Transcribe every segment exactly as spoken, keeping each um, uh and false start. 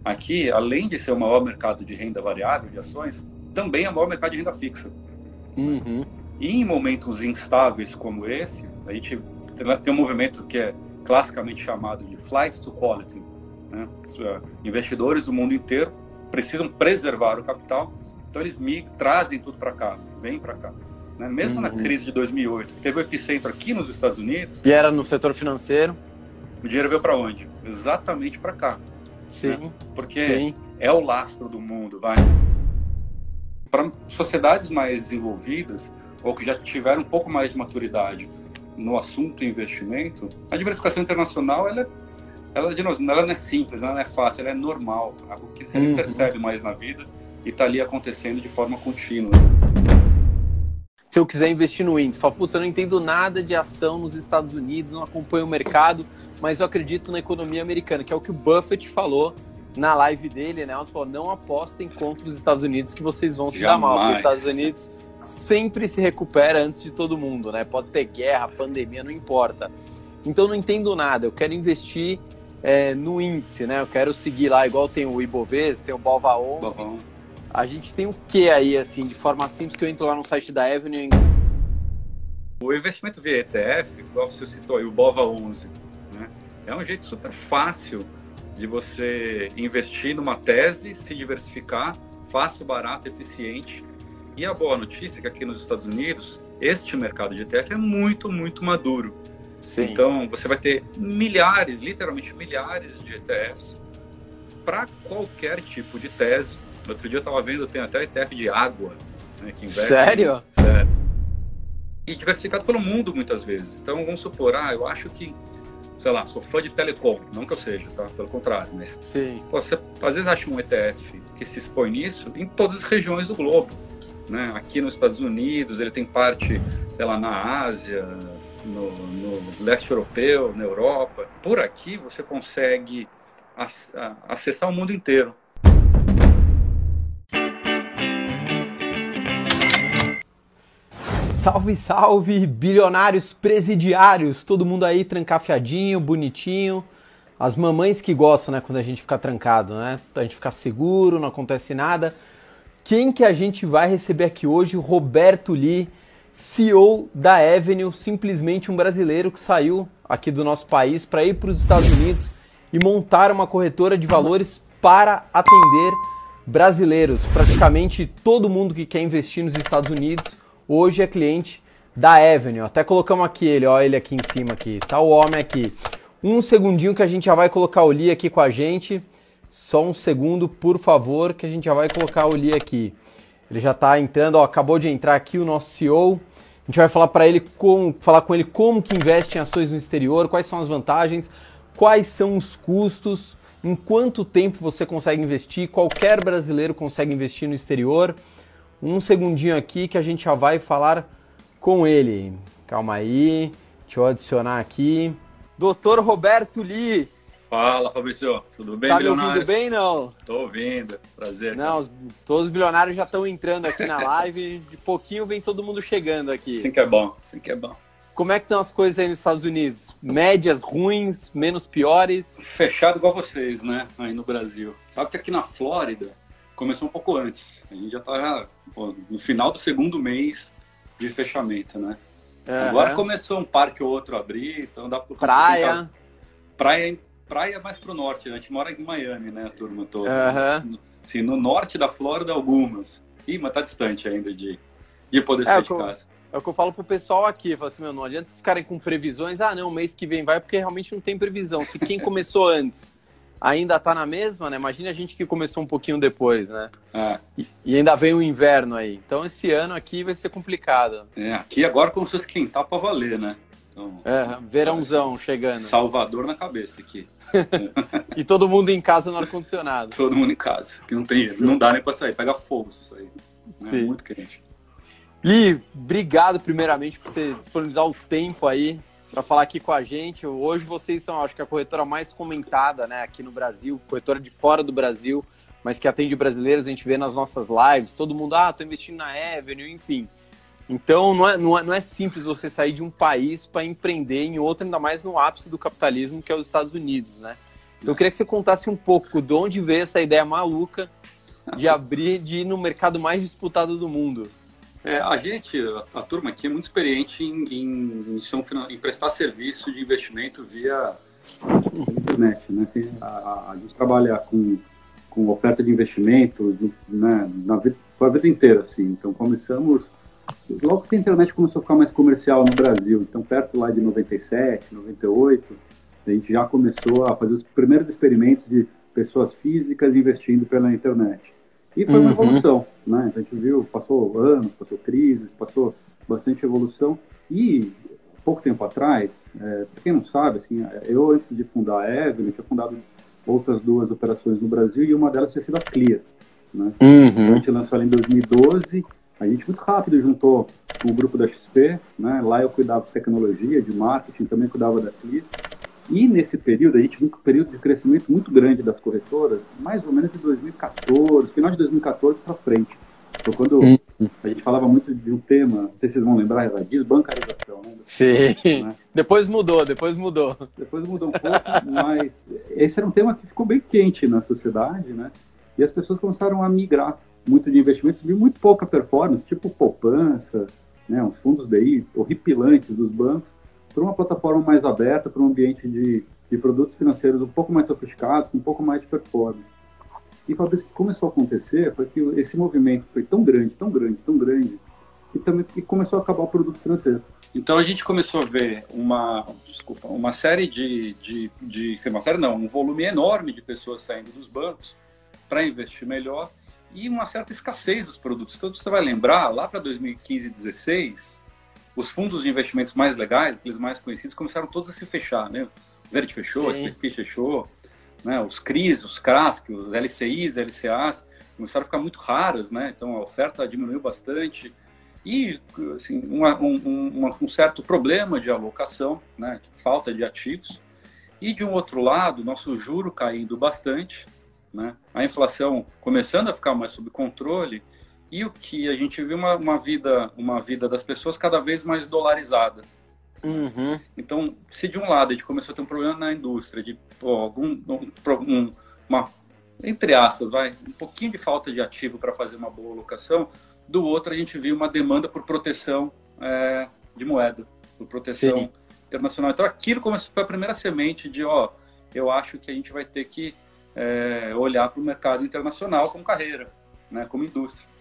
aqui, além de ser o maior mercado de renda variável, de ações, também é o maior mercado de renda fixa. Uhum. E em momentos instáveis como esse, a gente tem um movimento que é classicamente chamado de flight to quality, né? Investidores do mundo inteiro precisam preservar o capital, então eles migram, trazem tudo para cá, vêm para cá. Né? Mesmo uhum. na crise de dois mil e oito, que teve o epicentro aqui nos Estados Unidos... E era no setor financeiro. O dinheiro veio para onde? Exatamente para cá. Sim. Né? Porque Sim. é o lastro do mundo, vai. Para sociedades mais desenvolvidas, ou que já tiveram um pouco mais de maturidade no assunto investimento, a diversificação internacional, ela, ela, de novo, ela não é simples, ela não é fácil, ela é normal. Algo que você uhum. percebe mais na vida e está ali acontecendo de forma contínua. Se eu quiser investir no índice, falo, putz, eu não entendo nada de ação nos Estados Unidos, não acompanho o mercado, mas eu acredito na economia americana, que é o que o Buffett falou na live dele, né? Ele falou, não apostem contra os Estados Unidos que vocês vão se Jamais. dar mal, porque os Estados Unidos sempre se recupera antes de todo mundo, né? Pode ter guerra, pandemia, não importa. Então eu não entendo nada, eu quero investir é, no índice, né? Eu quero seguir lá, igual tem o Ibovespa, tem o Bova onze. Bom. A gente tem o que aí, assim, de forma simples, que eu entro lá no site da Avenue? O investimento via E T F, igual você citou aí, o Bova onze, né? É um jeito super fácil de você investir numa tese, se diversificar, fácil, barato, eficiente. E a boa notícia é que aqui nos Estados Unidos, este mercado de E T F é muito, muito maduro. Sim. Então, você vai ter milhares, literalmente milhares de E T Fs para qualquer tipo de tese. Outro dia eu estava vendo, tem até E T F de água, né, que investe. Sério? Em... Sério. E diversificado pelo mundo, muitas vezes. Então, vamos supor, ah, eu acho que, sei lá, sou fã de telecom. Não que eu seja, tá? Pelo contrário. Mas, sim. Pô, você às vezes acha um E T F que se expõe nisso em todas as regiões do globo. Né? Aqui nos Estados Unidos, ele tem parte, sei lá, na Ásia, no, no leste europeu, na Europa. Por aqui, você consegue acessar o mundo inteiro. Salve, salve, bilionários presidiários, todo mundo aí trancafiadinho, bonitinho. As mamães que gostam, né, quando a gente fica trancado, né? A gente fica seguro, não acontece nada. Quem que a gente vai receber aqui hoje? O Roberto Lee, C E O da Avenue, simplesmente um brasileiro que saiu aqui do nosso país para ir para os Estados Unidos e montar uma corretora de valores para atender brasileiros. Praticamente todo mundo que quer investir nos Estados Unidos hoje é cliente da Avenue. Até colocamos aqui ele, ó, ele aqui em cima aqui. Tá o homem aqui. Um segundinho que a gente já vai colocar o Lee aqui com a gente. Só um segundo, por favor, que a gente já vai colocar o Lee aqui. Ele já tá entrando, ó, acabou de entrar aqui o nosso C E O. A gente vai falar para ele como, falar com ele como que investe em ações no exterior, quais são as vantagens, quais são os custos, em quanto tempo você consegue investir, qualquer brasileiro consegue investir no exterior. Um segundinho aqui que a gente já vai falar com ele. Calma aí, deixa eu adicionar aqui. doutor Roberto Lee. Fala, Fabrício. Tudo bem, tá bilionários? Tá me ouvindo bem, não? Tô ouvindo. Prazer. Não, os, todos os bilionários já estão entrando aqui na live. De pouquinho vem todo mundo chegando aqui. Sim que é bom, sim que é bom. Como é que estão as coisas aí nos Estados Unidos? Médias ruins, menos piores? Fechado igual vocês, né? Aí no Brasil. Sabe que aqui na Flórida começou um pouco antes. A gente já tá pô, no final do segundo mês de fechamento, né? Uhum. Agora começou um parque ou outro a abrir, então dá para... Praia. Praia, praia mais pro norte, né? A gente mora em Miami, né, a turma toda. Uhum. Assim, no norte da Flórida, algumas. Ih, mas tá distante ainda de, de poder sair é, de casa. É o que eu falo pro pessoal aqui, eu falo assim, meu, não adianta vocês ficarem com previsões, ah não, mês que vem vai, porque realmente não tem previsão. Se quem começou antes ainda tá na mesma, né? Imagina a gente que começou um pouquinho depois, né? É. E, e ainda vem o inverno aí. Então esse ano aqui vai ser complicado. É, aqui agora começou a esquentar pra valer, né? Então, é, verãozão chegando. Salvador na cabeça aqui. E todo mundo em casa no ar-condicionado. Todo mundo em casa, que não tem jeito, não dá nem pra sair, pega fogo se sair. É Sim. muito quente. Li, obrigado primeiramente por você disponibilizar o tempo aí para falar aqui com a gente. Hoje vocês são, acho que a corretora mais comentada, né, aqui no Brasil, corretora de fora do Brasil, mas que atende brasileiros, a gente vê nas nossas lives, todo mundo, ah, tô investindo na Avenue, enfim. Então não é, não é, não é simples você sair de um país para empreender em outro, ainda mais no ápice do capitalismo, que é os Estados Unidos, né? Eu queria que você contasse um pouco de onde veio essa ideia maluca de abrir, de ir no mercado mais disputado do mundo. É, a gente, a, a turma aqui é muito experiente em, em, em, em prestar serviço de investimento via internet, né? Assim, a, a gente trabalha com, com oferta de investimento, né, na vida, a vida inteira, assim. Então, começamos... Logo que a internet começou a ficar mais comercial no Brasil, então perto lá de noventa e sete, noventa e oito, a gente já começou a fazer os primeiros experimentos de pessoas físicas investindo pela internet. E foi uma uhum. evolução, né? Então, a gente viu, passou anos, passou crises, passou bastante evolução. E, pouco tempo atrás, é, para quem não sabe, assim, eu, antes de fundar a Avenue, tinha fundado outras duas operações no Brasil e uma delas tinha sido a Clear, né? Uhum. A gente lançou ela em dois mil e doze, a gente muito rápido juntou com o grupo da X P, né? Lá eu cuidava de tecnologia, de marketing, também cuidava da Clear. E nesse período, a gente viu um período de crescimento muito grande das corretoras, mais ou menos de dois mil e quatorze, final de dois mil e quatorze para frente. Então, quando uhum. a gente falava muito de um tema, não sei se vocês vão lembrar, era desbancarização, né? Sim, né? Depois mudou, depois mudou. Depois mudou um pouco, mas esse era um tema que ficou bem quente na sociedade, né? E as pessoas começaram a migrar muito de investimentos, viu muito pouca performance, tipo poupança, né? Uns fundos D I horripilantes dos bancos, para uma plataforma mais aberta, para um ambiente de, de produtos financeiros um pouco mais sofisticados, com um pouco mais de performance. E, Fabrício, o que começou a acontecer foi que esse movimento foi tão grande, tão grande, tão grande, que também que começou a acabar o produto financeiro. Então a gente começou a ver uma, desculpa, uma série de, de, de, uma série não, um volume enorme de pessoas saindo dos bancos para investir melhor e uma certa escassez dos produtos. Então você vai lembrar, lá para dois mil e quinze e dezesseis, os fundos de investimentos mais legais, aqueles mais conhecidos, começaram todos a se fechar, né? O Verde fechou, Sim. a S P F fechou, né? Os C R Is, os C R A S, os L C Is, L C As, começaram a ficar muito raras, né? Então a oferta diminuiu bastante e assim, uma, um, uma, um certo problema de alocação, né? Falta de ativos. E de um outro lado, nosso juro caindo bastante, né? A inflação começando a ficar mais sob controle. E o que a gente viu uma, uma vida uma vida das pessoas cada vez mais dolarizada. Uhum. Então, se de um lado a gente começou a ter um problema na indústria, de pô, algum, um, uma, entre aspas, vai, um pouquinho de falta de ativo para fazer uma boa alocação, do outro a gente viu uma demanda por proteção é, de moeda, por proteção Sim. internacional. Então, aquilo começou, foi a primeira semente de, ó, eu acho que a gente vai ter que é, olhar para o mercado internacional como carreira, né, como indústria.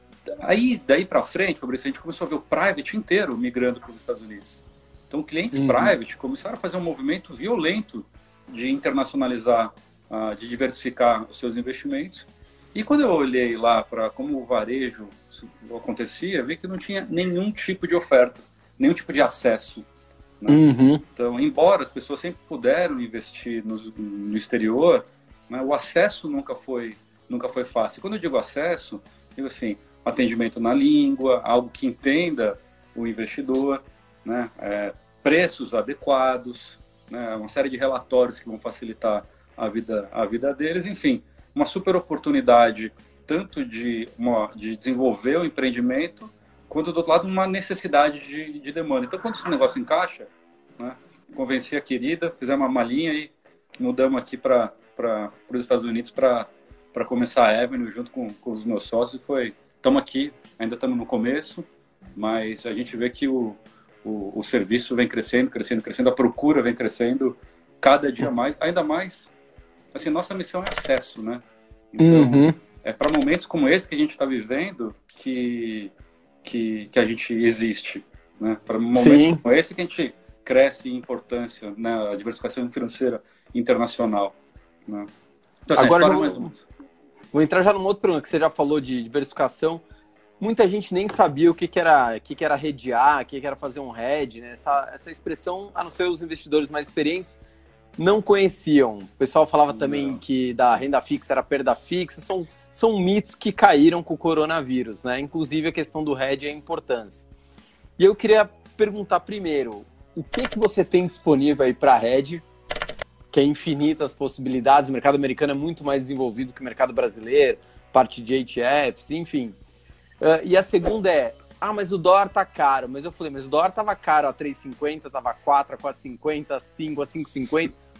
Aí, daí para frente, Fabrício, a gente começou a ver o private inteiro migrando para os Estados Unidos. Então, clientes uhum. private começaram a fazer um movimento violento de internacionalizar, uh, de diversificar os seus investimentos. E quando eu olhei lá para como o varejo acontecia, vi que não tinha nenhum tipo de oferta, nenhum tipo de acesso. Né? Uhum. Então, embora as pessoas sempre puderam investir no, no exterior, né, o acesso nunca foi, nunca foi fácil. Quando eu digo acesso, digo assim, atendimento na língua, algo que entenda o investidor, né? É, preços adequados, né? Uma série de relatórios que vão facilitar a vida, a vida deles, enfim, uma super oportunidade tanto de, uma, de desenvolver o empreendimento, quanto do outro lado uma necessidade de, de demanda. Então, quando esse negócio encaixa, né? Convenci a querida, fizemos uma malinha e mudamos aqui para os Estados Unidos para começar a Avenue junto com, com os meus sócios. Foi Estamos aqui, ainda estamos no começo, mas a gente vê que o, o, o serviço vem crescendo, crescendo, crescendo, a procura vem crescendo cada dia mais, ainda mais, assim, nossa missão é acesso, né? Então, uhum. é para momentos como esse que a gente está vivendo que, que, que a gente existe, né? Para momentos Sim. como esse que a gente cresce em importância, né? A diversificação financeira internacional, né? Então, essa Agora, história é mais ou menos. Vou entrar já num outro problema que você já falou de diversificação. Muita gente nem sabia o que, que era o que, que era redear, o que, que era fazer um hedge, né? Essa, essa expressão, a não ser os investidores mais experientes, não conheciam. O pessoal falava não. também que da renda fixa era perda fixa. São, são mitos que caíram com o coronavírus, né? Inclusive a questão do hedge e a importância. E eu queria perguntar primeiro, o que, que você tem disponível aí para hedge? Que é infinitas possibilidades, o mercado americano é muito mais desenvolvido que o mercado brasileiro, parte de E T Fs, enfim. Uh, e a segunda é, ah, mas o dólar tá caro. Mas eu falei, mas o dólar tava caro a três e cinquenta, tava a quatro, a quatro e cinquenta, a cinco, a cinco e cinquenta.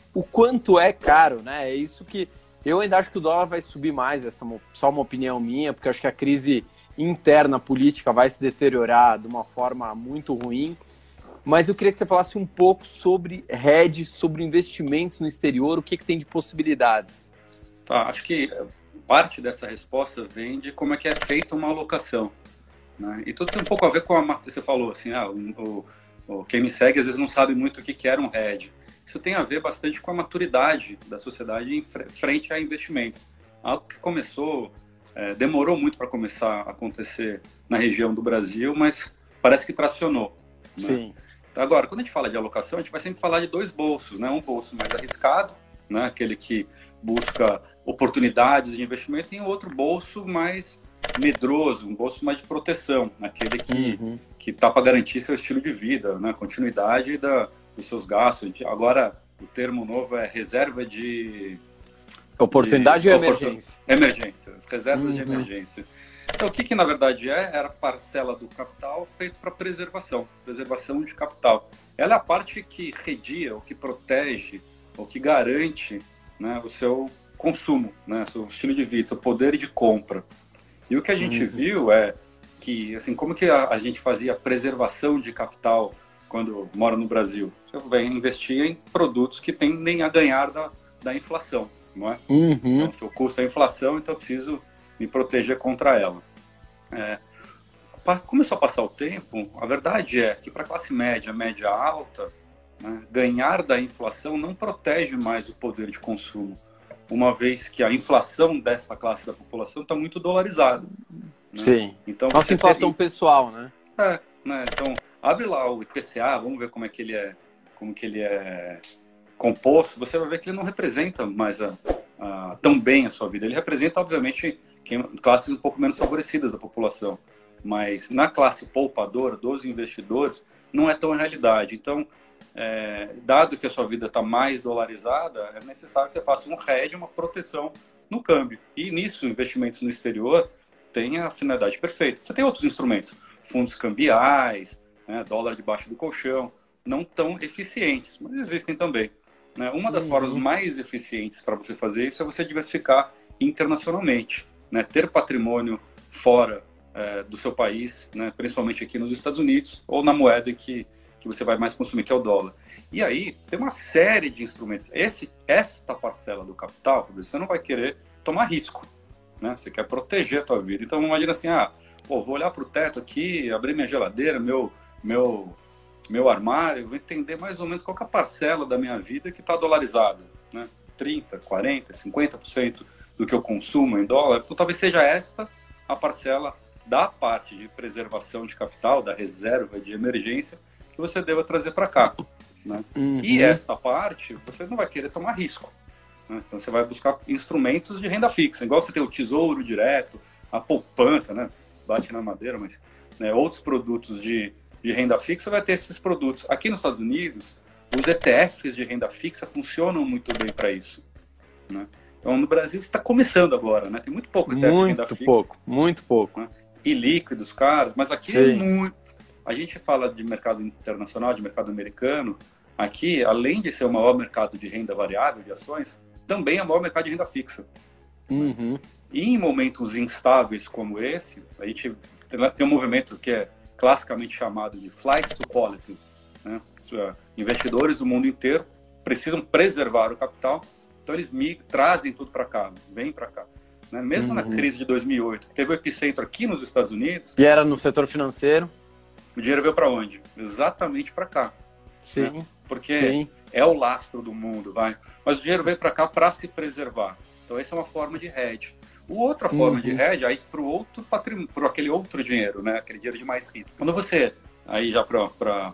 o quanto é caro, né? É isso que eu ainda acho que o dólar vai subir mais, essa é só uma opinião minha, porque eu acho que a crise interna política vai se deteriorar de uma forma muito ruim. Mas eu queria que você falasse um pouco sobre hedge, sobre investimentos no exterior, o que, que tem de possibilidades. Tá, acho que parte dessa resposta vem de como é que é feita uma alocação, né? E tudo tem um pouco a ver com a você falou assim, ah, o, o, quem me segue às vezes não sabe muito o que, que era um hedge. Isso tem a ver bastante com a maturidade da sociedade em frente a investimentos. Algo que começou, é, demorou muito para começar a acontecer na região do Brasil, mas parece que tracionou, né? Sim. Agora, quando a gente fala de alocação, a gente vai sempre falar de dois bolsos, né? Um bolso mais arriscado, né? Aquele que busca oportunidades de investimento, e um outro bolso mais medroso, um bolso mais de proteção, aquele que uhum. que tá para garantir seu estilo de vida, né? Continuidade da, dos seus gastos. Agora, o termo novo é reserva de... Oportunidade de, ou emergência? Emergência, as reservas uhum. de emergência. Então, o que, que na verdade é? Era parcela do capital feito para preservação, preservação de capital. Ela é a parte que redia, o que protege, o que garante, né, o seu consumo, né, seu estilo de vida, seu poder de compra. E o que a gente uhum. viu é que, assim, como que a, a gente fazia preservação de capital quando mora no Brasil? Você investia em produtos que tendem a ganhar da, da inflação, não é? Uhum. Então, seu custo é a inflação, então eu preciso me proteger contra ela. É, começou a passar o tempo, a verdade é que para a classe média, média alta, né, ganhar da inflação não protege mais o poder de consumo, uma vez que a inflação dessa classe da população está muito dolarizada. Né? Sim, então, nossa inflação tem... pessoal, né? É, né? Então, abre lá o I P C A, vamos ver como é que ele é, como que ele é composto, você vai ver que ele não representa mais a, a, tão bem a sua vida. Ele representa, obviamente, quem, classes um pouco menos favorecidas da população. Mas na classe poupadora dos investidores, não é tão a realidade. Então, é, dado que a sua vida está mais dolarizada, é necessário que você faça um hedge, uma proteção no câmbio. E nisso, investimentos no exterior têm a finalidade perfeita. Você tem outros instrumentos, fundos cambiais, né, dólar debaixo do colchão, não tão eficientes, mas existem também. Né? Uma das uhum. formas mais eficientes para você fazer isso é você diversificar internacionalmente, né? Ter patrimônio fora é, do seu país, né? Principalmente aqui nos Estados Unidos, ou na moeda que, que você vai mais consumir, que é o dólar. E aí, tem uma série de instrumentos. Esse, esta parcela do capital, você não vai querer tomar risco, né? Você quer proteger a tua vida. Então, imagina assim, ah, pô, vou olhar para o teto aqui, abrir minha geladeira, meu... meu meu armário, vou entender mais ou menos qual que é a parcela da minha vida que está dolarizada, né? trinta, quarenta, cinquenta por cento do que eu consumo em dólar. Então, talvez seja esta a parcela da parte de preservação de capital, da reserva de emergência, que você deva trazer para cá. Né? Uhum. E esta parte, você não vai querer tomar risco. Né? Então, você vai buscar instrumentos de renda fixa, igual você tem o tesouro direto, a poupança, né? Bate na madeira, mas né, outros produtos de de renda fixa, vai ter esses produtos. Aqui nos Estados Unidos, os E T Fs de renda fixa funcionam muito bem para isso. Né? Então, no Brasil, está começando agora, né? Tem muito pouco E T F muito de renda fixa. Muito pouco, muito pouco. Né? E líquidos caros, mas aqui Sim. é muito... A gente fala de mercado internacional, de mercado americano. Aqui, além de ser o maior mercado de renda variável, de ações, também é o maior mercado de renda fixa. Uhum. Né? E em momentos instáveis como esse, a gente tem um movimento que é classicamente chamado de flight to quality. Né? Investidores do mundo inteiro precisam preservar o capital, então eles migram, trazem tudo para cá, vêm para cá. Né? Mesmo uhum. na crise de dois mil e oito, que teve o epicentro aqui nos Estados Unidos... E era no setor financeiro. O dinheiro veio para onde? Exatamente para cá. Sim. Né? Porque Sim. é o lastro do mundo, vai. Mas o dinheiro veio para cá para se preservar. Então essa é uma forma de hedge. Outra forma uhum. de hedge, aí para o outro patrimônio, para aquele outro dinheiro, né? Aquele dinheiro de mais risco. Quando você, aí já para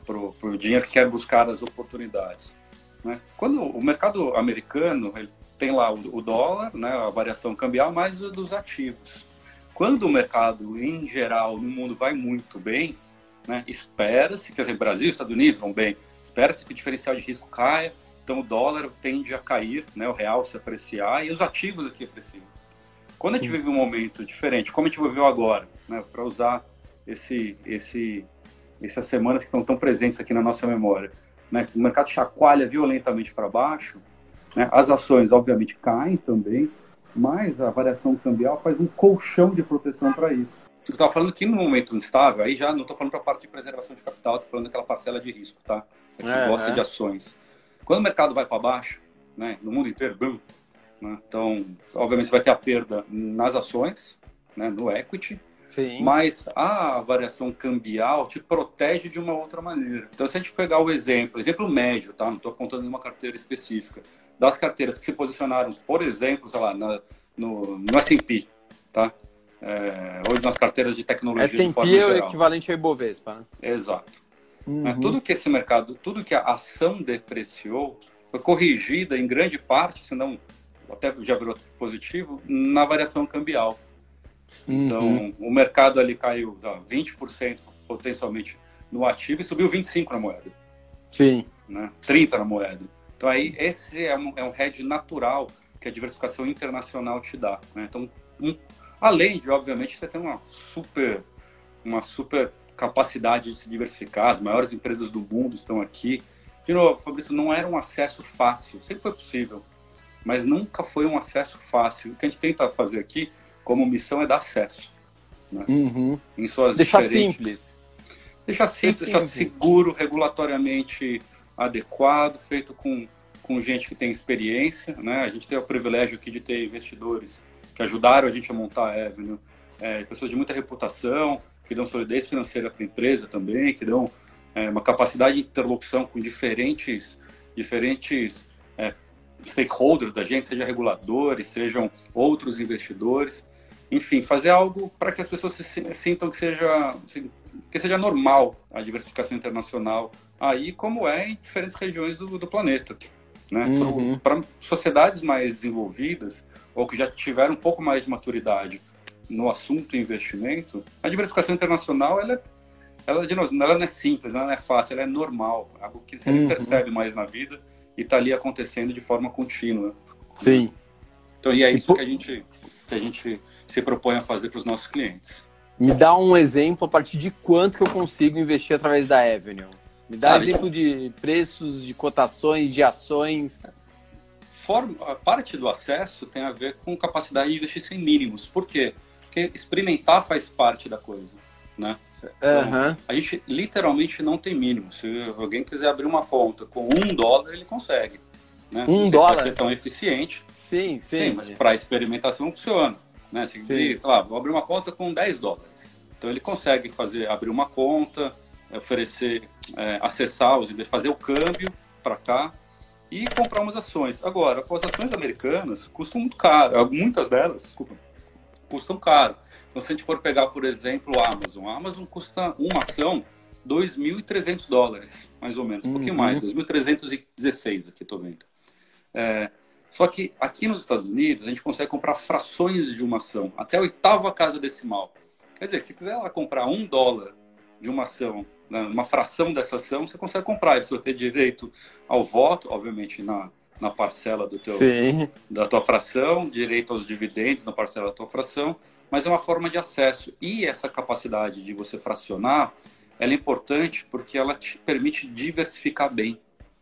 o dinheiro que quer buscar as oportunidades, né? Quando o mercado americano, ele tem lá o, o dólar, né? A variação cambial, mais o dos ativos. Quando o mercado, em geral, no mundo vai muito bem, né? Espera-se, quer dizer, Brasil e Estados Unidos vão bem, espera-se que o diferencial de risco caia, então o dólar tende a cair, né? O real se apreciar e os ativos aqui apreciam. Quando a gente vive um momento diferente, como a gente viveu agora, né, para usar esse, esse, essas semanas que estão tão presentes aqui na nossa memória, né, o mercado chacoalha violentamente para baixo, né? As ações, obviamente, caem também, mas a variação cambial faz um colchão de proteção para isso. Eu estava falando que no momento instável, aí já não estou falando para a parte de preservação de capital, estou falando daquela parcela de risco, tá? Você que é, gosta é. de ações. Quando o mercado vai para baixo, né, no mundo inteiro, boom, né, então, obviamente, você vai ter a perda nas ações, né, no equity, sim, mas a variação cambial te protege de uma outra maneira. Então, se a gente pegar o exemplo, exemplo médio, tá? Não estou apontando nenhuma carteira específica, das carteiras que se posicionaram, por exemplo, sei lá, na, no, no S and P, tá? É, hoje nas carteiras de tecnologia S and P de forma é geral. o equivalente ao Ibovespa, né? Exato. Uhum. É, tudo que esse mercado, tudo que a ação depreciou, foi corrigida em grande parte, se não até já virou positivo, na variação cambial. Então, uhum. o mercado ali caiu ó, vinte por cento potencialmente no ativo e subiu vinte e cinco por cento na moeda. Sim. Né? trinta por cento na moeda. Então, aí, esse é um, é um hedge natural que a diversificação internacional te dá. Né? Então, um, além de, obviamente, você ter uma super, uma super capacidade de se diversificar, as maiores empresas do mundo estão aqui. De novo, Fabrício, não era um acesso fácil, sempre foi possível, mas nunca foi um acesso fácil. O que a gente tenta fazer aqui, como missão, é dar acesso. Né? Uhum. Em suas deixar diferentes... simples. Deixar simples, deixar seguro, regulatoriamente adequado, feito com, com gente que tem experiência. Né? A gente tem o privilégio aqui de ter investidores que ajudaram a gente a montar a Avenue, é, pessoas de muita reputação, que dão solidez financeira para a empresa também, que dão é, uma capacidade de interlocução com diferentes, diferentes é, stakeholders da gente, sejam reguladores, sejam outros investidores. Enfim, fazer algo para que as pessoas se sintam que seja, que seja normal a diversificação internacional, aí como é em diferentes regiões do, do planeta. Né? Uhum. Para sociedades mais desenvolvidas, ou que já tiveram um pouco mais de maturidade no assunto investimento, a diversificação internacional, ela, ela, de novo, ela não é simples, ela não é fácil, ela é normal, algo que você uhum. percebe mais na vida e está ali acontecendo de forma contínua. Sim. Então, e é isso e, que, a gente, que a gente se propõe a fazer para os nossos clientes. Me dá um exemplo a partir de quanto que eu consigo investir através da Avenue. Me dá ah, exemplo de preços, de cotações, de ações. Forma, a parte do acesso tem a ver com capacidade de investir sem mínimos. Por quê? Porque experimentar faz parte da coisa, né? Então, uhum. A gente literalmente não tem mínimo. Se alguém quiser abrir uma conta com um dólar, ele consegue. Né? Um não sei dólar? Se vai ser tão eficiente. Sim, sim. Sim, mas para experimentação funciona. Né? Se, sei lá, vou abrir uma conta com dez dólares. Então ele consegue fazer, abrir uma conta, oferecer, é, acessar, os, fazer o câmbio para cá e comprar umas ações. Agora, as ações americanas custam muito caro. Muitas delas, desculpa, custam caro. Então, se a gente for pegar, por exemplo, a Amazon. A Amazon custa uma ação dois mil e trezentos dólares, mais ou menos. Um pouquinho uhum. mais, dois mil trezentos e dezesseis aqui, estou vendo. É, só que aqui nos Estados Unidos, a gente consegue comprar frações de uma ação, até a oitava casa decimal. Quer dizer, se quiser lá comprar um dólar de uma ação, né, uma fração dessa ação, você consegue comprar. Você vai ter direito ao voto, obviamente, na, na parcela do teu, da tua fração, direito aos dividendos na parcela da tua fração, mas é uma forma de acesso. E essa capacidade de você fracionar, ela é importante porque ela te permite diversificar bem.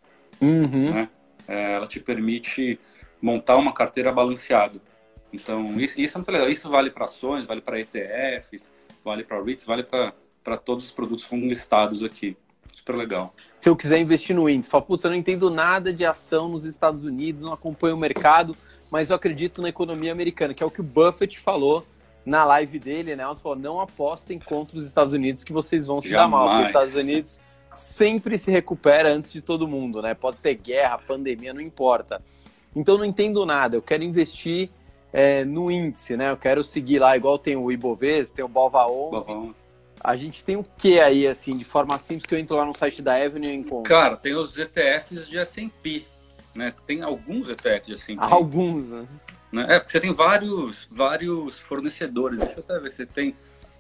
Uhum. Né? É, ela te permite montar uma carteira balanceada. Então, isso, isso é muito legal. Isso vale para ações, vale para E T Fs, vale para REITs, vale para todos os produtos que são listados aqui. Super legal. Se eu quiser investir no índice, falo, putz, eu não entendo nada de ação nos Estados Unidos, não acompanho o mercado, mas eu acredito na economia americana, que é o que o Buffett falou na live dele, né? Ele falou, não apostem contra os Estados Unidos que vocês vão se Jamais. dar mal, porque os Estados Unidos sempre se recupera antes de todo mundo, né? Pode ter guerra, pandemia, não importa. Então, não entendo nada, eu quero investir é, no índice, né? Eu quero seguir lá, igual tem o Ibovespa, tem o Bova onze. Bova. A gente tem o que aí, assim, de forma simples, que eu entro lá no site da Avenue e encontro? Cara, tem os E T Fs de S and P, né? Tem alguns E T Fs de S and P. Alguns, né? né? É, porque você tem vários, vários fornecedores. Deixa eu até ver, você tem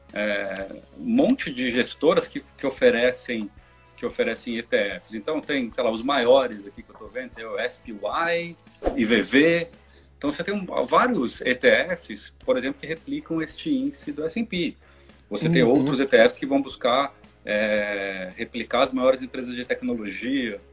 é, um monte de gestoras que, que oferecem que oferecem E T Fs. Então tem, sei lá, os maiores aqui que eu tô vendo, tem o S P Y, I V V. Então você tem um, vários E T Fs, por exemplo, que replicam este índice do S and P. Você uhum. tem outros E T Fs que vão buscar é, replicar as maiores empresas de tecnologia.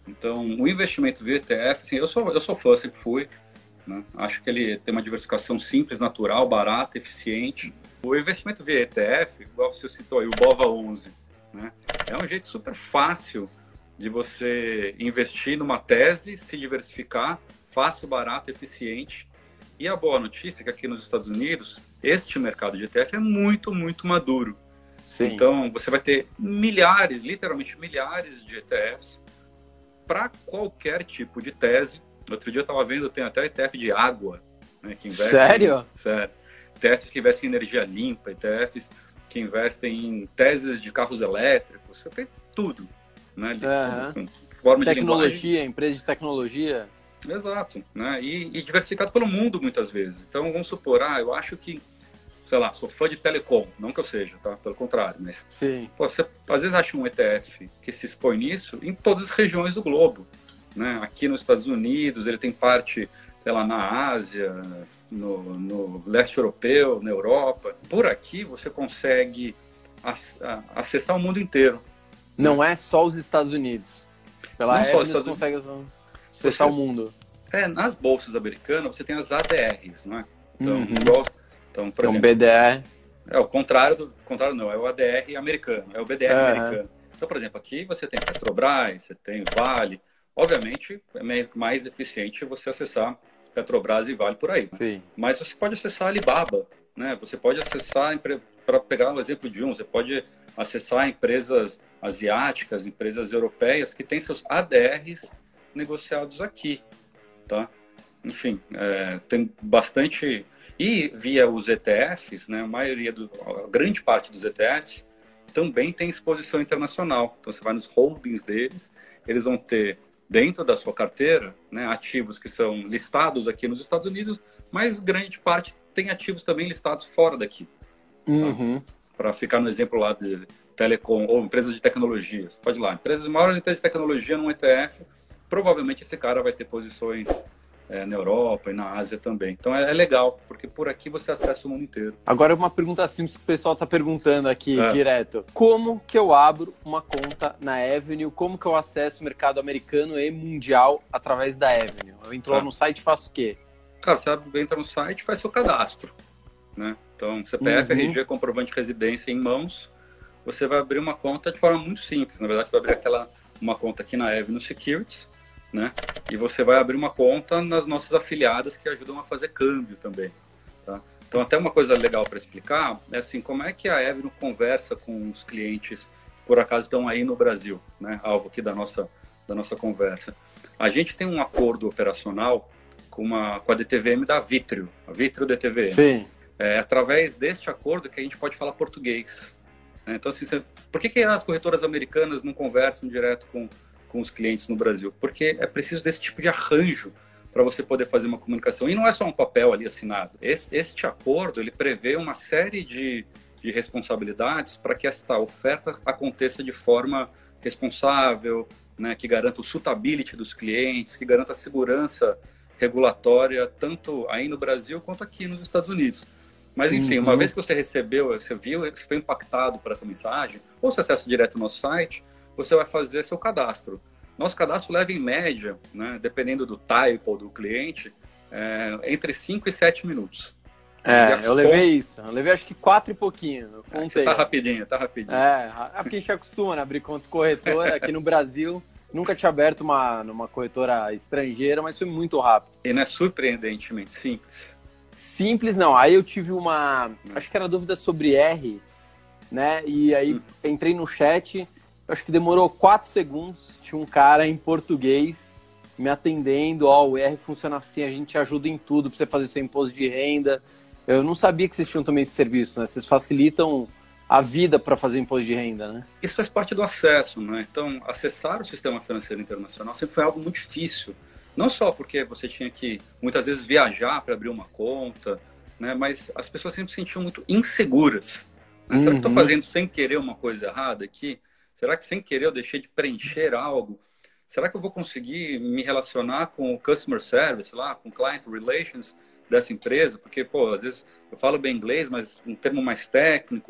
Então, o investimento via E T F, assim, eu sou, eu sou fã, sempre fui, né? Acho que ele tem uma diversificação simples, natural, barata, eficiente. O investimento via E T F, igual você citou aí, o BOVA onze, né? É um jeito super fácil de você investir numa tese, se diversificar, fácil, barato, eficiente. E a boa notícia é que aqui nos Estados Unidos, este mercado de E T F é muito, muito maduro. Sim. Então, você vai ter milhares, literalmente milhares de E T Fs para qualquer tipo de tese. Outro dia eu estava vendo, tem até E T F de água, né, que investe Sério? Em, sério? E T Fs que investem em energia limpa, E T Fs que investem em teses de carros elétricos, você tem tudo, né? Uhum. Forma tecnologia, de linguagem. Empresa de tecnologia. Exato, né? E, e diversificado pelo mundo muitas vezes. Então, vamos supor, ah, eu acho que, sei lá, sou fã de telecom, não que eu seja, tá? Pelo contrário, mas Sim. Pô, você às vezes acha um E T F que se expõe nisso em todas as regiões do globo, né? Aqui nos Estados Unidos, ele tem parte, sei lá, na Ásia, no, no leste europeu, na Europa. Por aqui você consegue acessar o mundo inteiro. Não né? é só os Estados Unidos. Pela não só os Estados Unidos. consegue acessar você, o mundo. É, nas bolsas americanas você tem as A D Rs, não é? Então, uhum. igual, então por então, exemplo... B D R. É o contrário do... contrário não, é o A D R americano, é o B D R uhum. americano. Então, por exemplo, aqui você tem Petrobras, você tem Vale. Obviamente, é mais eficiente você acessar Petrobras e Vale por aí. Sim. Mas você pode acessar Alibaba, né? Você pode acessar, para pegar o exemplo de um, você pode acessar empresas asiáticas, empresas europeias que têm seus A D Rs negociados aqui, tá? Enfim, é, tem bastante... E via os E T Fs, né, a maioria, do, a grande parte dos E T Fs também tem exposição internacional. Então, você vai nos holdings deles, eles vão ter dentro da sua carteira, né, ativos que são listados aqui nos Estados Unidos, mas grande parte tem ativos também listados fora daqui. Uhum. Tá? Para ficar no exemplo lá de telecom ou empresas de tecnologias. Pode ir lá, empresas, maiores empresas de tecnologia num E T F, provavelmente esse cara vai ter posições é, na Europa e na Ásia também. Então é, é legal, porque por aqui você acessa o mundo inteiro. Agora uma pergunta simples que o pessoal está perguntando aqui é. direto. Como que eu abro uma conta na Avenue? Como que eu acesso o mercado americano e mundial através da Avenue? Eu entro tá. lá no site e faço o quê? Cara, você entra no site e faz seu cadastro, né? Então, C P F, uhum. R G, comprovante de residência em mãos, você vai abrir uma conta de forma muito simples. Na verdade, você vai abrir aquela, uma conta aqui na Avenue Securities, né? E você vai abrir uma conta nas nossas afiliadas que ajudam a fazer câmbio também, tá? Então, até uma coisa legal para explicar é assim, como é que a Avenue conversa com os clientes que por acaso estão aí no Brasil, né? Alvo aqui da nossa, da nossa conversa. A gente tem um acordo operacional com, uma, com a D T V M da Vitrio, a Vitrio D T V M. Sim. É através deste acordo que a gente pode falar português. Né? Então, assim, você, por que, que as corretoras americanas não conversam direto com, com os clientes no Brasil? Porque é preciso desse tipo de arranjo para você poder fazer uma comunicação. E não é só um papel ali assinado. Este, este acordo, ele prevê uma série de, de responsabilidades para que esta oferta aconteça de forma responsável, né? Que garanta o suitability dos clientes, que garanta a segurança regulatória, tanto aí no Brasil quanto aqui nos Estados Unidos. Mas, enfim, uhum. uma vez que você recebeu, você viu, você foi impactado por essa mensagem, ou você acessa direto no nosso site, você vai fazer seu cadastro. Nosso cadastro leva em média, né, dependendo do type ou do cliente, é, entre cinco e sete minutos. É, eu levei isso. Eu levei acho que quatro e pouquinho. Eu contei. Você tá rapidinho, tá rapidinho. É, é porque a gente acostuma, né, abrir conta corretora aqui no Brasil. Nunca tinha aberto uma, numa corretora estrangeira, mas foi muito rápido. E não é surpreendentemente simples? Simples não. Aí eu tive uma... Acho que era dúvida sobre R, né? E aí hum. entrei no chat, acho que demorou quatro segundos. Tinha um cara em português me atendendo. Ó, oh, o R funciona assim, a gente ajuda em tudo pra você fazer seu imposto de renda. Eu não sabia que vocês tinham também esse serviço, né? Vocês facilitam a vida para fazer imposto de renda, né? Isso faz parte do acesso, né? Então, acessar o sistema financeiro internacional sempre foi algo muito difícil. Não só porque você tinha que, muitas vezes, viajar para abrir uma conta, né? Mas as pessoas sempre se sentiam muito inseguras. Né? Uhum. Será que estou fazendo sem querer uma coisa errada aqui? Será que sem querer eu deixei de preencher algo? Será que eu vou conseguir me relacionar com o customer service lá, com o client relations dessa empresa? Porque, pô, às vezes eu falo bem inglês, mas um termo mais técnico. Então,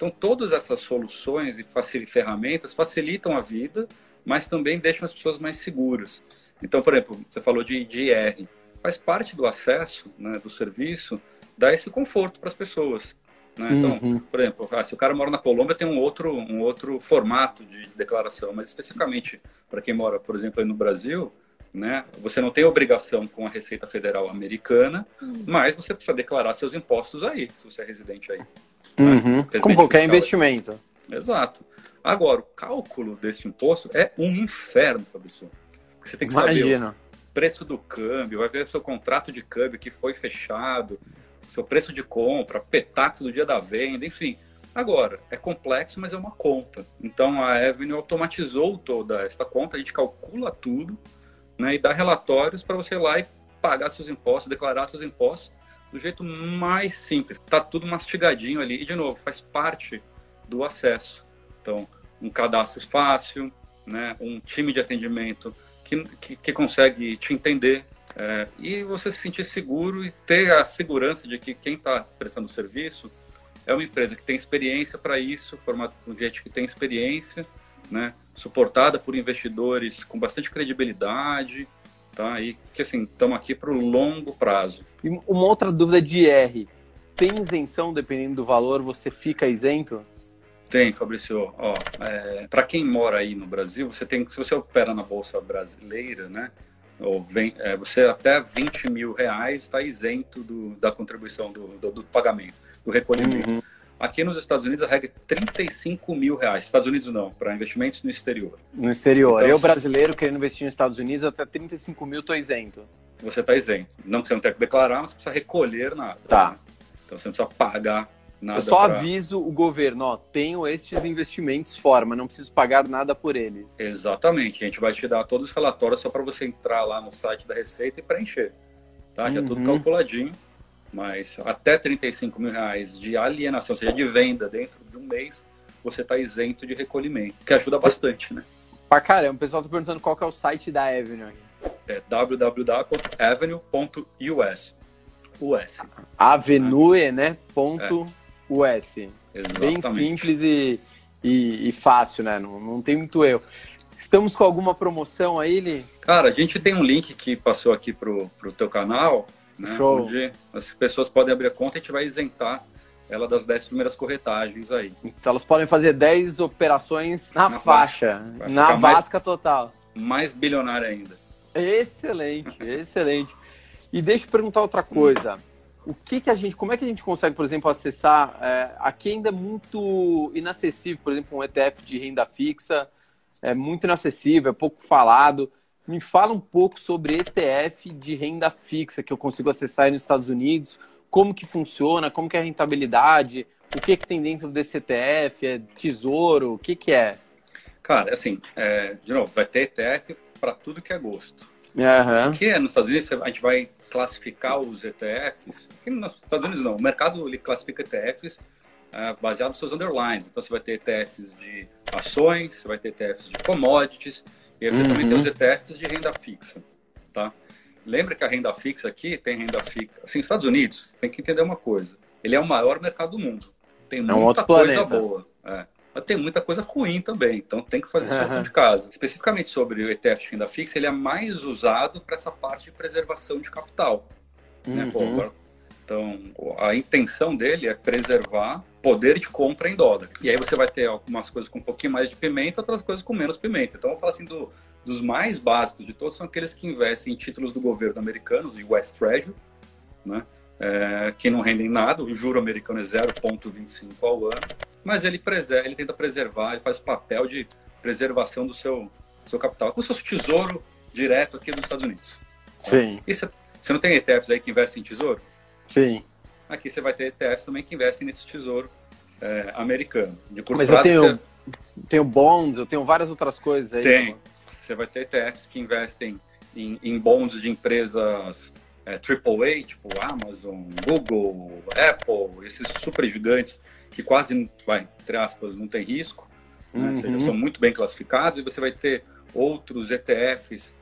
Então, todas essas soluções e facil- ferramentas facilitam a vida, mas também deixam as pessoas mais seguras. Então, por exemplo, você falou de, de I R. Faz parte do acesso, né, do serviço, dar esse conforto para as pessoas. Né? Então, Uhum. por exemplo, ah, se o cara mora na Colômbia, tem um outro, um outro formato de declaração, mas especificamente para quem mora, por exemplo, aí no Brasil, né, você não tem obrigação com a Receita Federal americana, mas você precisa declarar seus impostos aí, se você é residente aí. Uhum. Né? Como qualquer fiscal. investimento. Exato. Agora, o cálculo desse imposto é um inferno, Fabrício. Você tem que Imagina. saber o preço do câmbio, vai ver seu contrato de câmbio que foi fechado, seu preço de compra, petax do dia da venda, enfim. Agora, é complexo, mas é uma conta. Então, a Avenue automatizou toda esta conta, a gente calcula tudo, né, e dá relatórios para você ir lá e pagar seus impostos, declarar seus impostos do jeito mais simples. Está tudo mastigadinho ali. E, de novo, faz parte do acesso. Então, um cadastro fácil, né, um time de atendimento que, que, que consegue te entender, é, e você se sentir seguro e ter a segurança de que quem está prestando serviço é uma empresa que tem experiência para isso, formada por gente que tem experiência, né, suportada por investidores com bastante credibilidade, tá? E que assim, estamos aqui para o longo prazo. E uma outra dúvida de I R. Tem isenção, dependendo do valor, você fica isento? Tem, Fabrício. Ó, é, para quem mora aí no Brasil, você tem, se você opera na Bolsa Brasileira, né, ou vem, é, você até vinte mil reais está isento do, da contribuição, do, do, do pagamento, do recolhimento. Uhum. Aqui nos Estados Unidos a regra é trinta e cinco mil reais. Estados Unidos não, para investimentos no exterior. No exterior. Então, eu, brasileiro, querendo investir nos Estados Unidos, até trinta e cinco mil estou isento. Você está isento. Não que você não tenha que declarar, mas você precisa recolher nada. Tá. Né? Então você não precisa pagar nada. Eu só pra... aviso o governo, ó, tenho estes investimentos fora, mas não preciso pagar nada por eles. Exatamente. A gente vai te dar todos os relatórios só para você entrar lá no site da Receita e preencher. Tá? Já Uhum. tudo calculadinho. Mas até trinta e cinco mil reais de alienação, ou seja, de venda dentro de um mês, você está isento de recolhimento, que ajuda bastante, né? Pra caramba, o pessoal tá perguntando qual que é o site da Avenue. É w w w ponto avenue ponto u s. U S. Avenue, né? Ponto É. U S. Bem Exatamente. simples e, e, e fácil, né? Não, não tem muito erro. Estamos com alguma promoção aí, Li? Cara, a gente tem um link que passou aqui pro, pro teu canal, né? Show. Onde as pessoas podem abrir a conta e a gente vai isentar ela das dez primeiras corretagens aí. Então elas podem fazer dez operações na, Na faixa, Vai na ficar mais- vasca total. Mais bilionária ainda. Excelente, excelente. E deixa eu perguntar outra coisa. O que que a gente, como é que a gente consegue, por exemplo, acessar? É, aqui ainda é muito inacessível, por exemplo, um E T F de renda fixa, é muito inacessível, é pouco falado. Me fala um pouco sobre E T F de renda fixa que eu consigo acessar aí nos Estados Unidos, como que funciona, como que é a rentabilidade, o que que tem dentro desse E T F, é tesouro, o que que é? Cara, assim, é, de novo, vai ter E T F para tudo que é gosto. Aham. Aqui nos Estados Unidos a gente vai classificar os E T Fs. Aqui nos Estados Unidos não, o mercado ele classifica E T Fs uh, baseado nos seus underlines. Então você vai ter E T Fs de ações, você vai ter E T Fs de commodities, e aí você Uhum. também tem os E T Fs de renda fixa. Tá? Lembra que a renda fixa aqui tem renda fixa. Assim, nos Estados Unidos tem que entender uma coisa: ele é o maior mercado do mundo. Tem um muita outro coisa planeta. boa. É. Mas tem muita coisa ruim também, então tem que fazer sua lição de casa. Especificamente sobre o E T F de renda fixa, ele é mais usado para essa parte de preservação de capital. Né? Pô, Uhum. agora, então, a intenção dele é preservar poder de compra em dólar. E aí você vai ter algumas coisas com um pouquinho mais de pimenta, outras coisas com menos pimenta. Então, eu vou falar assim, do, dos mais básicos de todos são aqueles que investem em títulos do governo americano, os U S Treasury, né? É, que não rendem nada, o juro americano é zero vírgula vinte e cinco ao ano, mas ele, preserva, ele tenta preservar, ele faz o papel de preservação do seu, seu capital. É como se fosse tesouro direto aqui dos Estados Unidos. Sim, E você não tem E T Fs aí que investem em tesouro? sim. Aqui você vai ter E T Fs também que investem nesse tesouro é, americano. De curto Mas eu prazo, tenho, você tenho bonds, eu tenho várias outras coisas aí. tem. Você vai ter E T Fs que investem em, em bonds de empresas é, triplo A, tipo Amazon, Google, Apple, esses super gigantes que quase, vai, entre aspas, não tem risco, né? Uhum. Ou seja, são muito bem classificados. E você vai ter outros E T Fs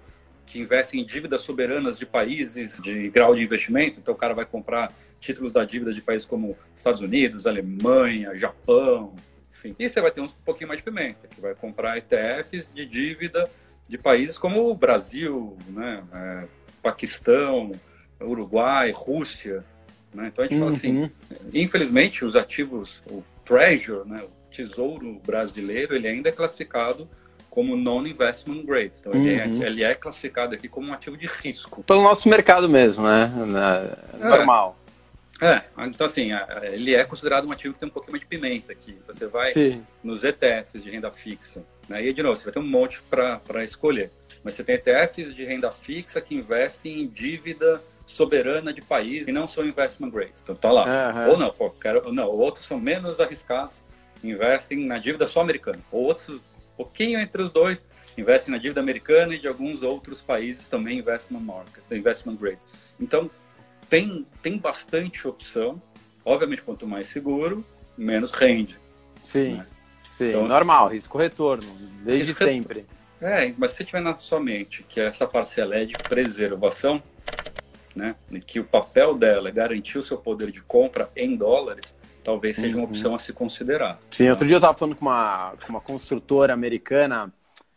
que investem em dívidas soberanas de países de grau de investimento. Então o cara vai comprar títulos da dívida de países como Estados Unidos, Alemanha, Japão, enfim. E você vai ter um pouquinho mais de pimenta, que vai comprar E T Fs de dívida de países como o Brasil, né, é, Paquistão, Uruguai, Rússia. Né? Então a gente uhum. fala assim, infelizmente os ativos, o Treasury, né, o Tesouro Brasileiro, ele ainda é classificado como non-investment grade. Então, uhum. ele, é, ele é classificado aqui como um ativo de risco. Pelo nosso mercado mesmo, né? É, normal. É, então assim, ele é considerado um ativo que tem um pouquinho mais de pimenta aqui. Então você vai Sim. nos E T Fs de renda fixa. Né? E, de novo, você vai ter um monte para escolher. Mas você tem E T Fs de renda fixa que investem em dívida soberana de país e não são investment grade. Então tá lá. Uhum. Ou não, pô, quero, não, outros são menos arriscados, investem na dívida só americana. Ou outros, um pouquinho entre os dois, investem na dívida americana e de alguns outros países também investment market, investment grade. Então tem, tem bastante opção. Obviamente, quanto mais seguro, menos rende. Sim, né? Sim. Então, normal, risco-retorno, desde risco sempre. É, mas se você tiver na sua mente que essa parcela é de preservação, né, e que o papel dela é garantir o seu poder de compra em dólares, talvez seja uma opção a se considerar. Sim, outro dia eu estava falando com uma, com uma construtora americana,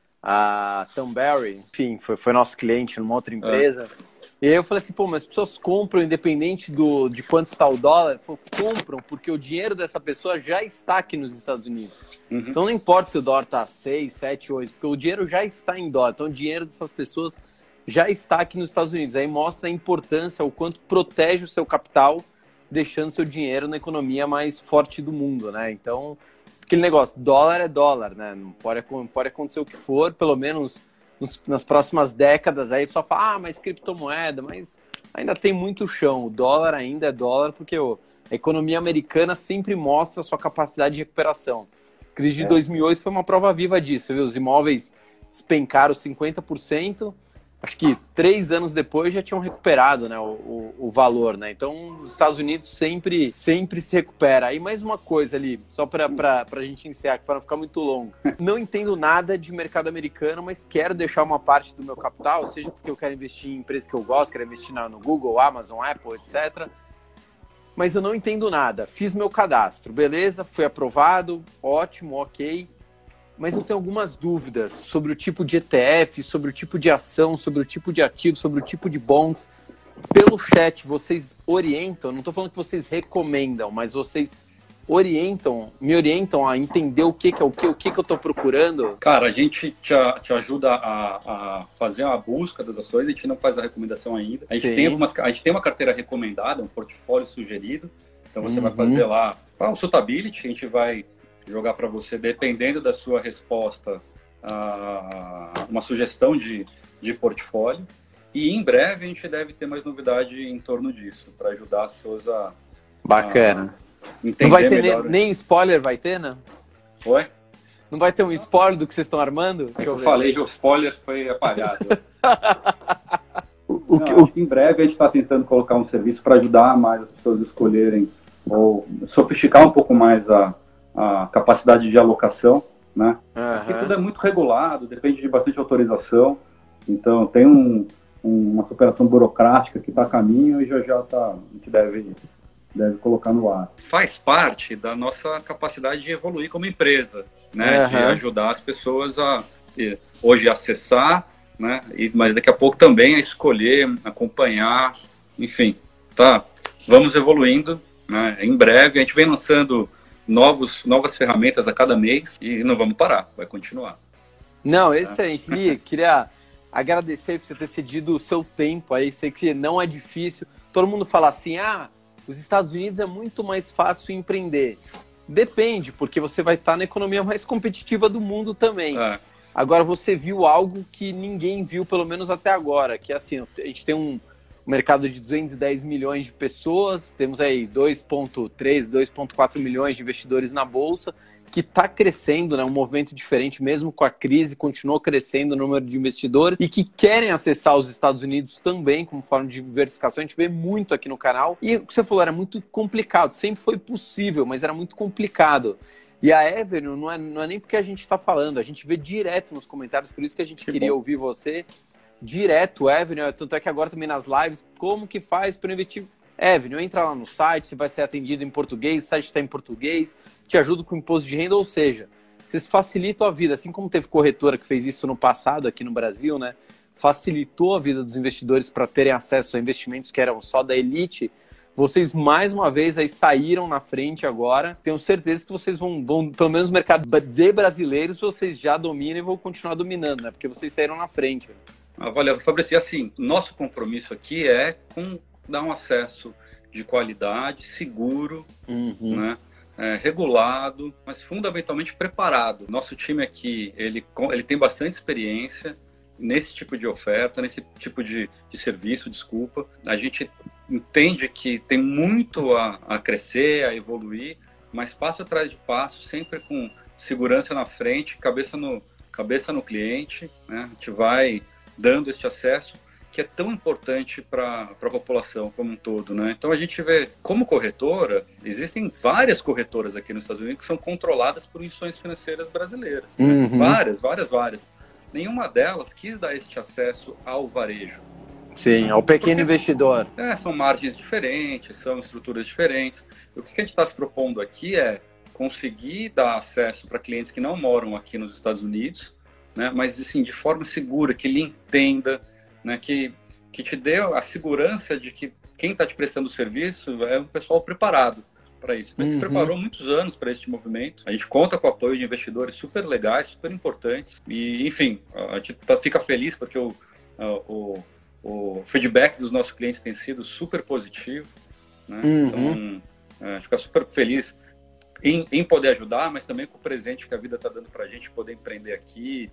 a Thornberry, enfim, foi, foi nosso cliente numa outra empresa, ah. e aí eu falei assim, pô, mas as pessoas compram independente do, de quanto está o dólar? Falei, compram porque o dinheiro dessa pessoa já está aqui nos Estados Unidos. Uhum. Então não importa se o dólar está seis, sete, oito, porque o dinheiro já está em dólar, então o dinheiro dessas pessoas já está aqui nos Estados Unidos. Aí mostra a importância, o quanto protege o seu capital, deixando seu dinheiro na economia mais forte do mundo, né? Então, aquele negócio, dólar é dólar, né? Não pode, pode acontecer o que for, pelo menos nos, nas próximas décadas, aí só fala, ah, mas criptomoeda, mas ainda tem muito chão. O dólar ainda é dólar, porque ó, a economia americana sempre mostra a sua capacidade de recuperação. A crise de é. dois mil e oito foi uma prova viva disso, viu? Os imóveis despencaram cinquenta por cento, acho que três anos depois já tinham recuperado, né, o, o, o valor, né? Então, os Estados Unidos sempre, sempre se recupera. Aí, mais uma coisa ali, só para a gente encerrar, para não ficar muito longo. Não entendo nada de mercado americano, mas quero deixar uma parte do meu capital, seja porque eu quero investir em empresas que eu gosto, quero investir no Google, Amazon, Apple, etcétera. Mas eu não entendo nada. Fiz meu cadastro, beleza, foi aprovado, ótimo, ok. Mas eu tenho algumas dúvidas sobre o tipo de E T F, sobre o tipo de ação, sobre o tipo de ativo, sobre o tipo de bonds. Pelo chat, vocês orientam, não estou falando que vocês recomendam, mas vocês orientam, me orientam a entender o que, que é o que, o que, que eu estou procurando? Cara, a gente te, te ajuda a, a fazer a busca das ações, a gente não faz a recomendação ainda. A gente, tem, algumas, a gente tem uma carteira recomendada, um portfólio sugerido, então você uhum. vai fazer lá ah, o suitability, a gente vai jogar para você, dependendo da sua resposta, uh, uma sugestão de, de portfólio. E em breve a gente deve ter mais novidade em torno disso, para ajudar as pessoas a... Bacana. A entender. Não vai ter melhor, nem, nem spoiler, vai ter, né? Oi? Não vai ter um spoiler do que vocês estão armando? É que eu, eu falei que o spoiler foi apagado. o, Não, o... Em breve a gente está tentando colocar um serviço para ajudar mais as pessoas a escolherem, ou sofisticar um pouco mais a a capacidade de alocação, né? Uhum. Porque tudo é muito regulado, depende de bastante autorização, então tem um, um, uma superação burocrática que está a caminho e já já tá, a gente deve, deve colocar no ar. Faz parte da nossa capacidade de evoluir como empresa, né? Uhum. De ajudar as pessoas a hoje acessar, né? E, mas daqui a pouco também a escolher, acompanhar, enfim, tá? Vamos evoluindo, né? Em breve a gente vem lançando Novos, novas ferramentas a cada mês e não vamos parar, vai continuar. Não, excelente. Li, queria agradecer por você ter cedido o seu tempo aí, sei que não é difícil. Todo mundo fala assim, ah, os Estados Unidos é muito mais fácil empreender. Depende, porque você vai estar na economia mais competitiva do mundo também. É. Agora, você viu algo que ninguém viu, pelo menos até agora, que é assim, a gente tem um mercado de duzentos e dez milhões de pessoas, temos aí dois vírgula três, dois vírgula quatro milhões de investidores na Bolsa, que está crescendo, né, um movimento diferente, mesmo com a crise, continuou crescendo o número de investidores e que querem acessar os Estados Unidos também, como forma de diversificação. A gente vê muito aqui no canal. E o que você falou, era muito complicado, sempre foi possível, mas era muito complicado. E a Avenue não é, não é nem porque a gente está falando, a gente vê direto nos comentários, por isso que a gente que queria bom. ouvir você. direto o Avenue, tanto é que agora também nas lives, como que faz para investir Avenue? Entra lá no site, você vai ser atendido em português, o site está em português, te ajuda com o imposto de renda, ou seja, vocês facilitam a vida, assim como teve corretora que fez isso no passado aqui no Brasil, né? Facilitou a vida dos investidores para terem acesso a investimentos que eram só da elite. Vocês, mais uma vez, aí saíram na frente agora. Tenho certeza que vocês vão, vão pelo menos no mercado de brasileiros, vocês já dominam e vão continuar dominando, né? Porque vocês saíram na frente. Ah, valeu, Fabrício. E assim, nosso compromisso aqui é com dar um acesso de qualidade, seguro, uhum. né? É, regulado, mas fundamentalmente preparado. Nosso time aqui, ele, ele tem bastante experiência nesse tipo de oferta, nesse tipo de, de serviço, desculpa. A gente entende que tem muito a, a crescer, a evoluir, mas passo atrás de passo, sempre com segurança na frente, cabeça no, cabeça no cliente, né? A gente vai dando esse acesso que é tão importante para a população como um todo, né? Então a gente vê, como corretora, existem várias corretoras aqui nos Estados Unidos que são controladas por instituições financeiras brasileiras. Uhum. Né? Várias, várias, várias. Nenhuma delas quis dar este acesso ao varejo. Sim, ao pequeno Porque, investidor. É, são margens diferentes, são estruturas diferentes. O que a gente está se propondo aqui é conseguir dar acesso para clientes que não moram aqui nos Estados Unidos, né? Mas assim, de forma segura, que ele entenda, né, que, que te dê a segurança de que quem está te prestando o serviço é um pessoal preparado para isso. A gente uhum. se preparou muitos anos para este movimento. A gente conta com o apoio de investidores super legais, super importantes. E, enfim, a gente tá, fica feliz porque o, o, o feedback dos nossos clientes tem sido super positivo. Né? Uhum. Então, a gente fica super feliz em, em poder ajudar, mas também com o presente que a vida está dando para a gente, poder empreender aqui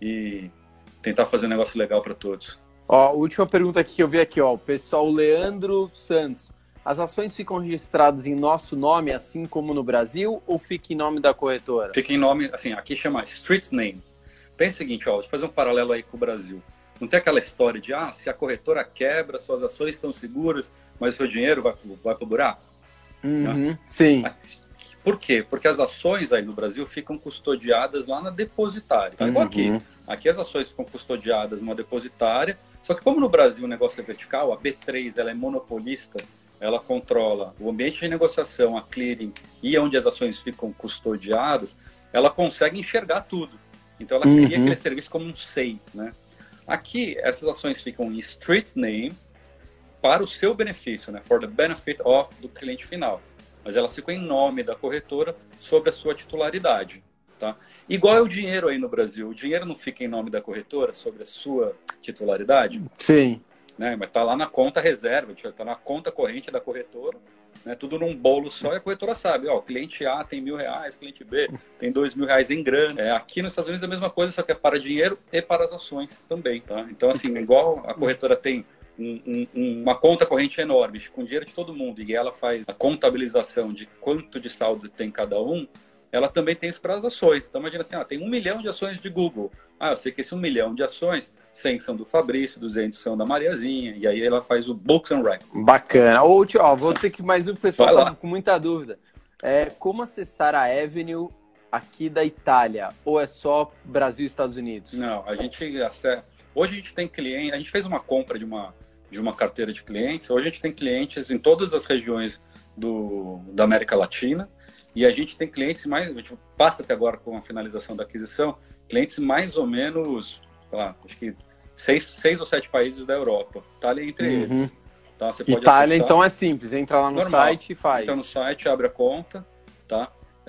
e tentar fazer um negócio legal para todos. Ó, última pergunta aqui que eu vi aqui, ó, o pessoal Leandro Santos. As ações ficam registradas em nosso nome, assim como no Brasil, ou fica em nome da corretora? Fica em nome, assim, aqui chama street name. Pensa o seguinte, ó, deixa eu fazer um paralelo aí com o Brasil. Não tem aquela história de, ah, se a corretora quebra, suas ações estão seguras, mas o seu dinheiro vai, vai pro buraco? Uhum, né? Sim. Por quê? Porque as ações aí no Brasil ficam custodiadas lá na depositária. Tá? Igual aqui. Uhum. Aqui as ações ficam custodiadas numa depositária, só que como no Brasil o negócio é vertical, a B três ela é monopolista, ela controla o ambiente de negociação, a clearing e onde as ações ficam custodiadas, ela consegue enxergar tudo. Então ela cria uhum. aquele serviço como um S E I, né? Aqui essas ações ficam em street name para o seu benefício, né? For the benefit of do cliente final. Mas elas ficam em nome da corretora sobre a sua titularidade. Tá? Igual é o dinheiro aí no Brasil. O dinheiro não fica em nome da corretora sobre a sua titularidade? Sim. Né? Mas está lá na conta reserva, está na conta corrente da corretora, né? Tudo num bolo só e a corretora sabe. Ó, cliente A tem mil reais, cliente B tem dois mil reais em grana. É, aqui nos Estados Unidos é a mesma coisa, só que é para dinheiro e para as ações também. Tá? Então, assim, igual a corretora tem Um, um, uma conta corrente enorme, com dinheiro de todo mundo, e ela faz a contabilização de quanto de saldo tem cada um, ela também tem isso para as ações. Então imagina assim, ah, tem um milhão de ações de Google. Ah, eu sei que esse um milhão de ações, cem são do Fabrício, duzentos são da Mariazinha, e aí ela faz o Books and Records. Bacana. Ou, ó, vou ter que mais um pessoal tá com muita dúvida. É, como acessar a Avenue aqui da Itália? Ou é só Brasil e Estados Unidos? Não, a gente hoje a gente tem cliente, a gente fez uma compra de uma de uma carteira de clientes. Hoje a gente tem clientes em todas as regiões do, da América Latina e a gente tem clientes mais, a gente passa até agora com a finalização da aquisição, clientes mais ou menos, sei lá, acho que seis, seis ou sete países da Europa. Itália entre uhum. eles. Tá? Você pode Itália, acessar. Então é simples, entra lá no Normal. site e faz. Entra no site, abre a conta, tá?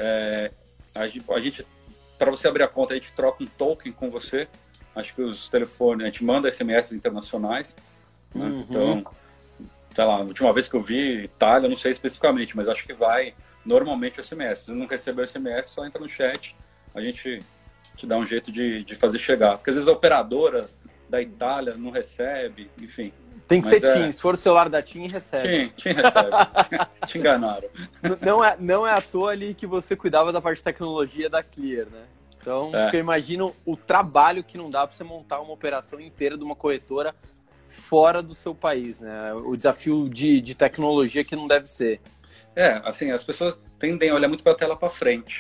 É, a gente, a gente para você abrir a conta, a gente troca um token com você. Acho que os telefones, a gente manda S M S internacionais. Né? Uhum. Então, sei lá, a última vez que eu vi Itália, não sei especificamente, mas acho que vai normalmente o S M S. Se não receber o S M S, só entra no chat, a gente te dá um jeito de, de fazer chegar. Porque às vezes a operadora da Itália não recebe, enfim. Tem que mas ser é... TIM, se for o celular da TIM, recebe. TIM, TIM recebe. Te enganaram. Não é, não é à toa ali que você cuidava da parte de tecnologia da Clear, né? Então, é. eu imagino o trabalho que não dá para você montar uma operação inteira de uma corretora fora do seu país, né? O desafio de, de tecnologia que não deve ser. É, assim, as pessoas tendem a olhar muito para a tela para frente,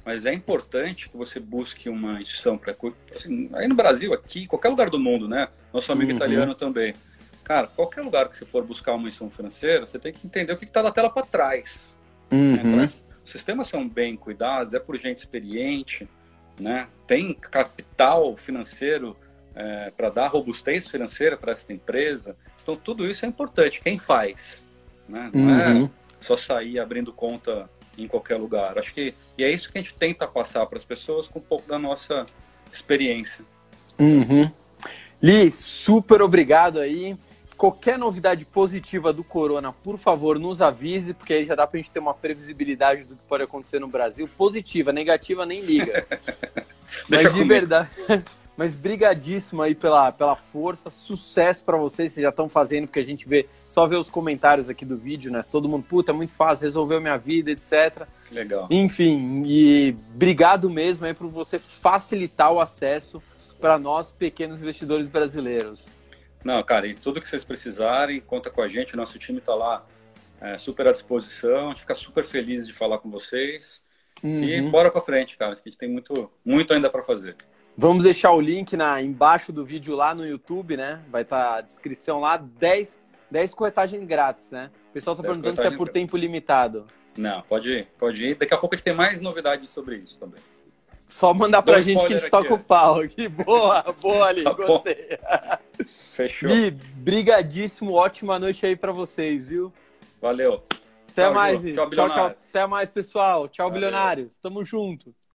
mas é importante que você busque uma instituição para... Assim, aí no Brasil, aqui, qualquer lugar do mundo, né? Nosso amigo uhum. italiano também. Cara, qualquer lugar que você for buscar uma instituição financeira, você tem que entender o que está da tela para trás. Uhum. Né? Os sistemas são bem cuidados, é por gente experiente, né? Tem capital financeiro é, para dar robustez financeira para essa empresa. Então, tudo isso é importante. Quem faz? Né? Não uhum. é só sair abrindo conta em qualquer lugar. Acho que e é isso que a gente tenta passar para as pessoas com um pouco da nossa experiência. Uhum. Li, super obrigado aí. Qualquer novidade positiva do Corona, por favor, nos avise, porque aí já dá pra gente ter uma previsibilidade do que pode acontecer no Brasil. Positiva, negativa, nem liga. Mas de verdade... Mas brigadíssimo aí pela, pela força, sucesso para vocês, vocês já estão fazendo, porque a gente vê, só vê os comentários aqui do vídeo, né? Todo mundo, puta, é muito fácil, resolveu minha vida, etcétera. Legal. Enfim, e obrigado mesmo aí por você facilitar o acesso para nós, pequenos investidores brasileiros. Não, cara, e tudo que vocês precisarem, conta com a gente, nosso time está lá é, super à disposição, a gente fica super feliz de falar com vocês. Uhum. E bora para frente, cara, a gente tem muito, muito ainda para fazer. Vamos deixar o link na, embaixo do vídeo lá no YouTube, né? Vai estar a descrição lá, dez, dez corretagens grátis, né? O pessoal está perguntando se é por tempo limitado. Não, pode ir, pode ir. Daqui a pouco a gente tem mais novidades sobre isso também. Só mandar pra gente que a gente toca o pau aqui. Boa, boa ali, tá gostei. Fechou. E brigadíssimo, ótima noite aí pra vocês, viu? Valeu. Até tchau, mais, tchau, tchau, tchau. Até mais, pessoal. Tchau, Valeu. Bilionários. Tamo junto.